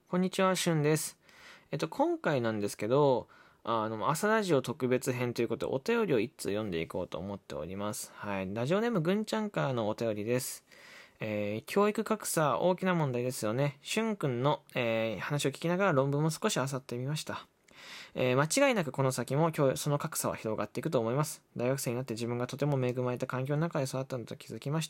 こんにちは、しゅんです。今回なんですけど、朝ラジオ特別編ということで、お便りを一通読んでいこうと思っております。はい。ラジオネームぐんちゃんからのお便りです。教育格差、大きな問題ですよね。しゅんくんの、話を聞きながら論文も少し漁ってみました。間違いなくこの先もその格差は広がっていくと思います。大学生になって自分がとても恵まれた環境の中で育ったのと気づきました。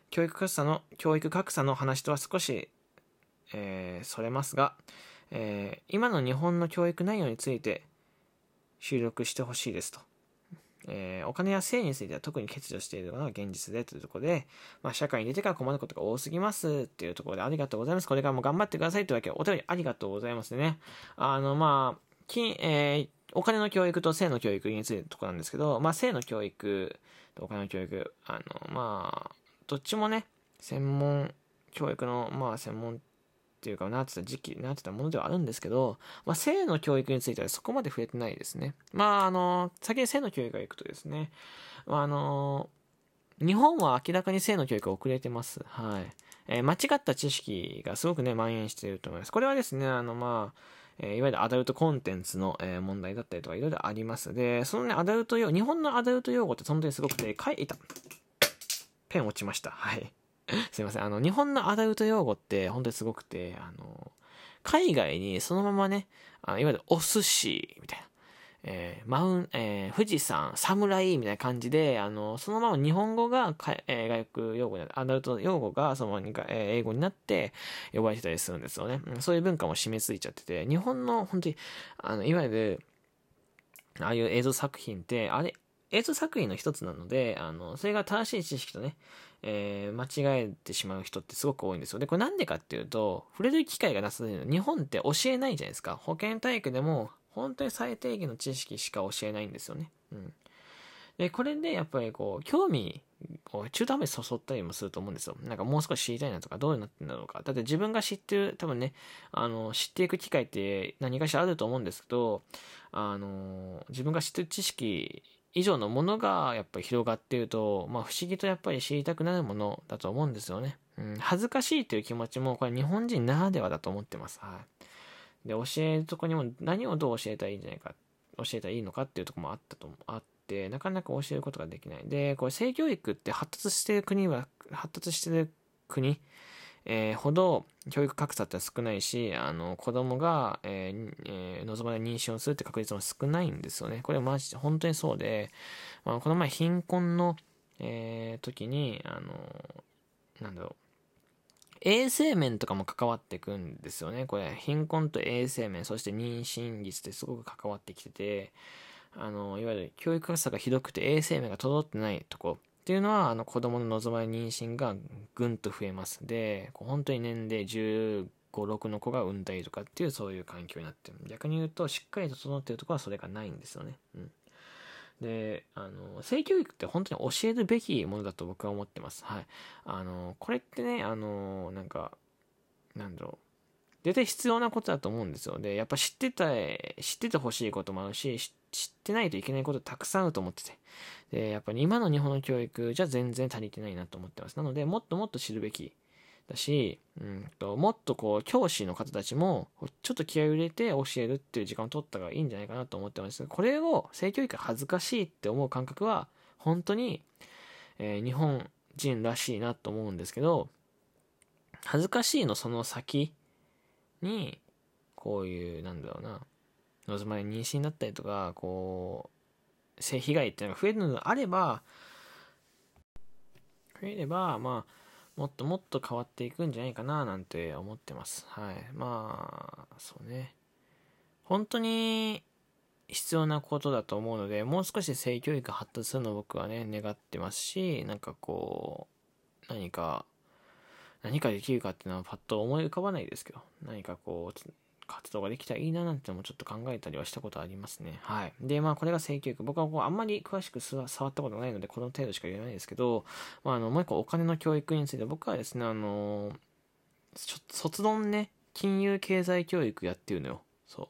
教育格差の話とは少し、それますが、今の日本の教育内容について収録してほしいですと。お金や性については特に欠如しているのが現実でというところで、社会に出てから困ることが多すぎますっていうところでありがとうございます。これからも頑張ってくださいというわけでお便りありがとうございますね。お金の教育と性の教育についてのところなんですけど、性の教育とお金の教育、どっちもね、専門教育の、専門っていうかなってたものではあるんですけど、性の教育についてはそこまで触れてないですね。先に性の教育がいくとですね、日本は明らかに性の教育が遅れてます。はい。間違った知識がすごくね、蔓延していると思います。これはですね、いわゆるアダルトコンテンツの、問題だったりとかいろいろあります。で、そのね、日本のアダルト用語って本当にすごくて、ペン落ちました。はい。すいません。日本のアダルト用語って本当にすごくて、海外にそのままね、いわゆるお寿司みたいな、富士山、侍みたいな感じで、そのまま日本語が外国用語になって、アダルト用語がそのまま英語になって呼ばれてたりするんですよね。そういう文化も染みついちゃってて、日本の本当に、いわゆる、ああいう映像作品って、映像作品の一つなので、それが正しい知識とね、間違えてしまう人ってすごく多いんですよ。で、これなんでかっていうと、触れる機会がなさすぎるの。日本って教えないじゃないですか。保健体育でも、本当に最低限の知識しか教えないんですよね。うん。で、これでやっぱり興味を中途半端に誘ったりもすると思うんですよ。なんかもう少し知りたいなとか、どうなってんだろうか。だって自分が知ってる、多分ね、知っていく機会って何かしらあると思うんですけど、自分が知ってる知識以上のものがやっぱり広がっていると、不思議とやっぱり知りたくなるものだと思うんですよね。うん、恥ずかしいという気持ちも、これ日本人ならではだと思ってます。はい。で、教えるとこにも何をどう教えたらいいんじゃないか、教えたらいいのかっていうところもあって、なかなか教えることができない。で、これ性教育って発達してる国ほど教育格差って少ないし、子供が、望まない妊娠をするって確率も少ないんですよね。これはマジで本当にそうで、この前貧困の、時に、なんだろう、衛生面とかも関わってくんですよね。これ、貧困と衛生面、そして妊娠率ってすごく関わってきてて、いわゆる教育格差がひどくて衛生面が整ってないとこっていうのは、子供の望まれ妊娠がぐんと増えます。で、本当に年齢15、6の子が産んだりとかっていうそういう環境になってる。逆に言うと、しっかりと整っているところはそれがないんですよね。うん。で、性教育って本当に教えるべきものだと僕は思ってます。はい。これってね、なんだろう。絶対必要なことだと思うんですよ。で、やっぱ知っててほしいこともあるし、知ってないといけないことたくさんあると思ってて。で、やっぱり今の日本の教育じゃ全然足りてないなと思ってます。なので、もっともっと知るべきだし、もっと教師の方たちも、ちょっと気合を入れて教えるっていう時間を取った方がいいんじゃないかなと思ってます。これを性教育が恥ずかしいって思う感覚は、本当に、日本人らしいなと思うんですけど、恥ずかしいのその先に、こういう、望まれ妊娠だったりとか、性被害っていうのが増えるのであれば、もっともっと変わっていくんじゃないかななんて思ってます。はい。そうね。本当に必要なことだと思うので、もう少し性教育が発達するのを僕はね、願ってますし、何かできるかっていうのはパッと思い浮かばないですけど、活動ができたらいいななんてもちょっと考えたりはしたことありますね。はい。で、これが性教育。僕はあんまり詳しく触ったことないので、この程度しか言えないですけど、もう一個お金の教育について僕はですね、卒論ね、金融経済教育やってるのよ。そう。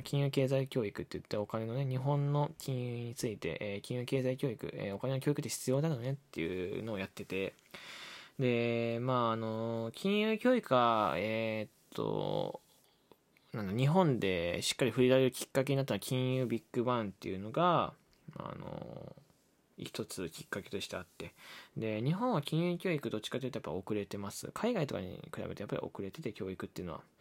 金融経済教育って言ってお金のね、日本の金融について、金融経済教育、お金の教育って必要なのねっていうのをやってて、で、金融教育が、 日本でしっかり触れられるきっかけになったのは金融ビッグバンっていうのが一つきっかけとしてあって、で日本は金融教育どっちかというとやっぱ遅れてます。海外とかに比べてやっぱり遅れてて、教育っていうのは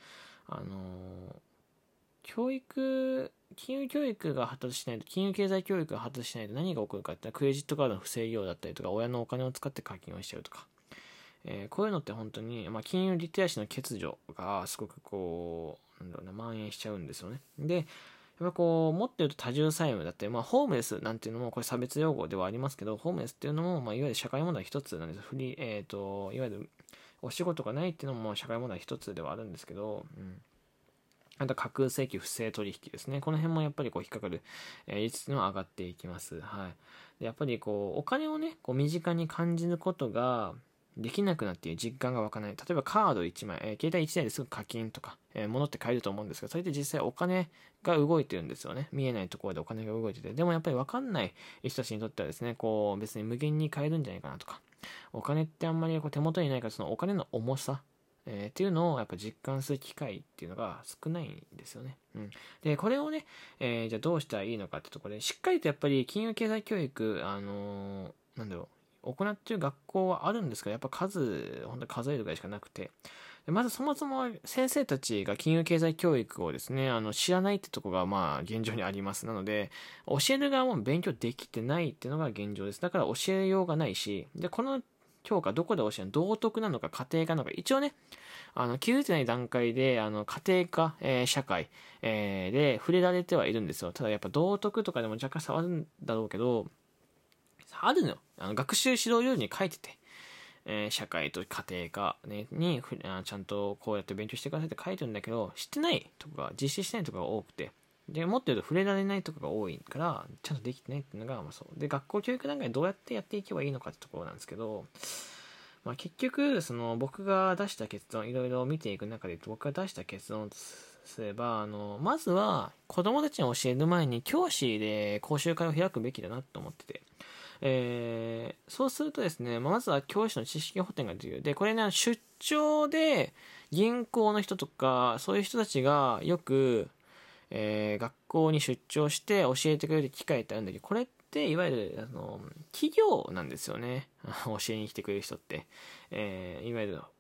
金融教育が発達しないと、金融経済教育が発達しないと何が起こるかってクレジットカードの不正利用だったりとか、親のお金を使って課金をしちゃうとか、こういうのって本当に、金融リテラシーの欠如がすごく蔓延しちゃうんですよね。で、やっぱもっと言うと多重債務だって、ホームレスなんていうのもこれ差別用語ではありますけど、ホームレスっていうのも、いわゆる社会問題一つなんです。いわゆるお仕事がないっていうのも社会問題一つではあるんですけど、あと架空請求不正取引ですね。この辺もやっぱり引っかかる率の上がっていきます。はい。でやっぱりお金をね、身近に感じることができなくなっている実感が湧かない。例えばカード1枚、携帯1台ですぐ課金とか、物って買えると思うんですが、それって実際お金が動いてるんですよね。見えないところでお金が動いてて。でもやっぱり分かんない人たちにとってはですね、別に無限に買えるんじゃないかなとか、お金ってあんまり手元にないから、そのお金の重さ、っていうのをやっぱ実感する機会っていうのが少ないんですよね。で、これをね、じゃあどうしたらいいのかってところで、しっかりとやっぱり金融経済教育、行っている学校はあるんですけど、やっぱ本当に数えるぐらいしかなくて、まずそもそも先生たちが金融経済教育をですね、知らないってところが現状にあります。なので、教える側も勉強できてないっていうのが現状です。だから教えようがないし、で、この教科どこで教えるの、道徳なのか家庭科なのか、一応ね、気づいてない段階で、家庭科、社会、で触れられてはいるんですよ。ただやっぱ道徳とかでも若干触るんだろうけど、あるのよ。学習指導要領に書いてて、社会と家庭科、ね、にちゃんとこうやって勉強してくださいって書いてるんだけど、知ってないとこが、実施してないとこが多くて、で、もっと言うと触れられないとこが多いから、ちゃんとできてないっていうのが、そう。で、学校教育段階でどうやってやっていけばいいのかってところなんですけど、結局、僕が出した結論、いろいろ見ていく中で、僕が出した結論とすれば、まずは、子供たちに教える前に、教師で講習会を開くべきだなと思ってて、そうするとですね、まずは教師の知識補填が重要で、これね、出張で銀行の人とか、そういう人たちがよく、学校に出張して教えてくれる機会ってあるんだけど、これっていわゆる企業なんですよね。教えに来てくれる人って、いわゆる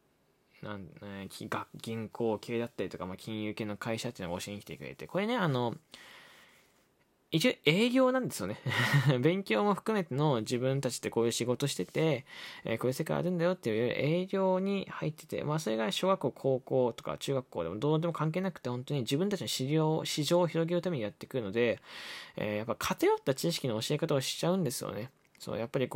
銀行系だったりとか、金融系の会社っていうのが教えに来てくれて、これね、一応営業なんですよね。勉強も含めての自分たちってこういう仕事してて、こういう世界あるんだよっていう営業に入ってて、それが小学校、高校とか中学校でもどうでも関係なくて、本当に自分たちの市場を広げるためにやってくるので、やっぱ偏った知識の教え方をしちゃうんですよね。そう、やっぱり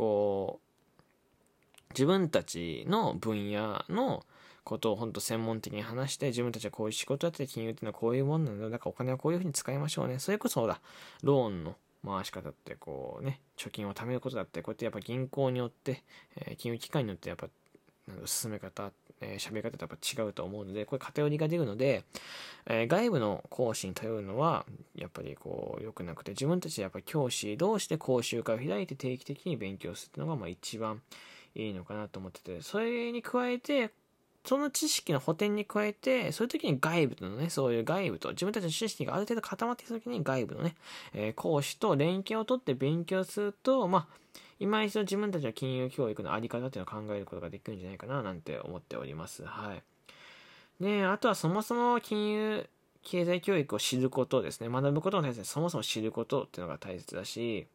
自分たちの分野のことを本当専門的に話して、自分たちはこういう仕事やって金融っていうのはこういうもんなんだよ。だからお金はこういうふうに使いましょうね。それこそローンの回し方って貯金を貯めることだって、こうやってやっぱ銀行によって、金融機関によってやっぱ、進め方、喋り方ってやっぱ違うと思うので、これ偏りが出るので、外部の講師に頼るのは、やっぱり良くなくて、自分たちでやっぱり教師同士で講習会を開いて定期的に勉強するのが一番いいのかなと思ってて、それに加えて、その知識の補填に加えて、そういう時に外部のね、そういう外部と、自分たちの知識がある程度固まってきた時に外部のね、講師と連携を取って勉強すると、今一度自分たちの金融教育のあり方っていうのを考えることができるんじゃないかな、なんて思っております。はい。で、あとはそもそも金融経済教育を知ることですね。学ぶことの大切で、そもそも知ることっていうのが大切だし、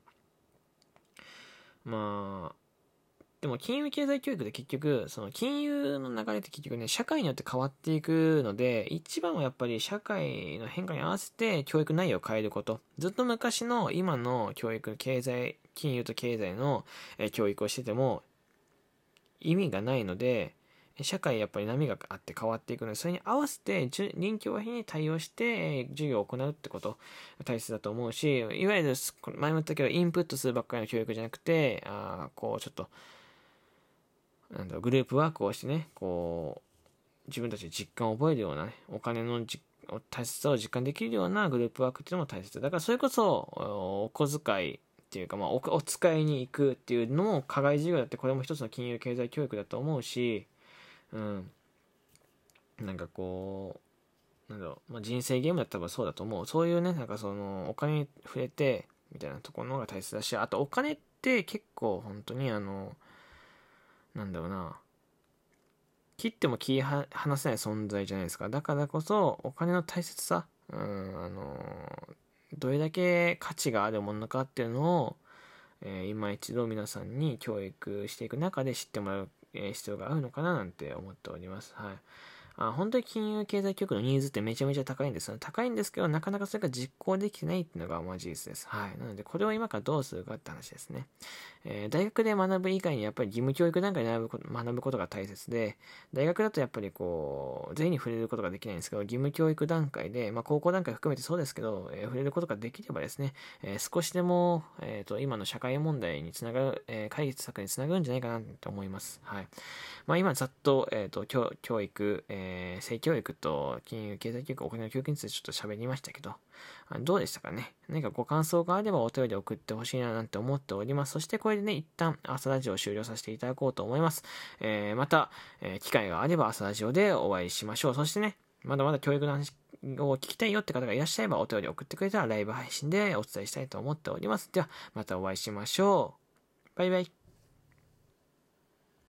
でも金融経済教育で結局、その金融の流れって結局ね、社会によって変わっていくので、一番はやっぱり社会の変化に合わせて教育内容を変えること。ずっと昔の今の教育、金融と経済の教育をしてても意味がないので、社会やっぱり波があって変わっていくので、それに合わせて臨機応変に対応して授業を行うってことが大切だと思うし、いわゆる前も言ったけどインプットするばっかりの教育じゃなくて、ちょっとグループワークをしてね、自分たちで実感を覚えるようなね、お金の大切さを実感できるようなグループワークっていうのも大切だから、それこそお小遣いっていうか、お使いに行くっていうのも課外授業だって、これも一つの金融経済教育だと思うし、 なんかこう、なんだろう、人生ゲームだったらそうだと思う。そういうね、なんかその、お金に触れて、みたいなところの方が大切だし、あとお金って結構本当になんだろうな、切っても切り離せない存在じゃないですか。だからこそ、お金の大切さ、どれだけ価値があるものかっていうのを、今一度皆さんに教育していく中で知ってもらう、必要があるのかななんて思っております。はい。本当に金融経済教育のニーズってめちゃめちゃ高いんですよ。高いんですけど、なかなかそれが実行できてないっていうのが事実です。はい。なので、これを今からどうするかって話ですね。大学で学ぶ以外にやっぱり義務教育段階で学ぶことが大切で、大学だとやっぱりこう、全員に触れることができないんですけど、義務教育段階で、高校段階含めてそうですけど、触れることができればですね、少しでも、今の社会問題につながる、解決策につながるんじゃないかなと思います。はい。今ざっと、教育、性教育と金融経済教育、お金の教育についてちょっと喋りましたけど、どうでしたかね。何かご感想があればお便り送ってほしいななんて思っております。そしてこれでね、一旦朝ラジオを終了させていただこうと思います。また、機会があれば朝ラジオでお会いしましょう。そしてね、まだまだ教育の話を聞きたいよって方がいらっしゃればお便り送ってくれたらライブ配信でお伝えしたいと思っております。では、またお会いしましょう。バイバイ。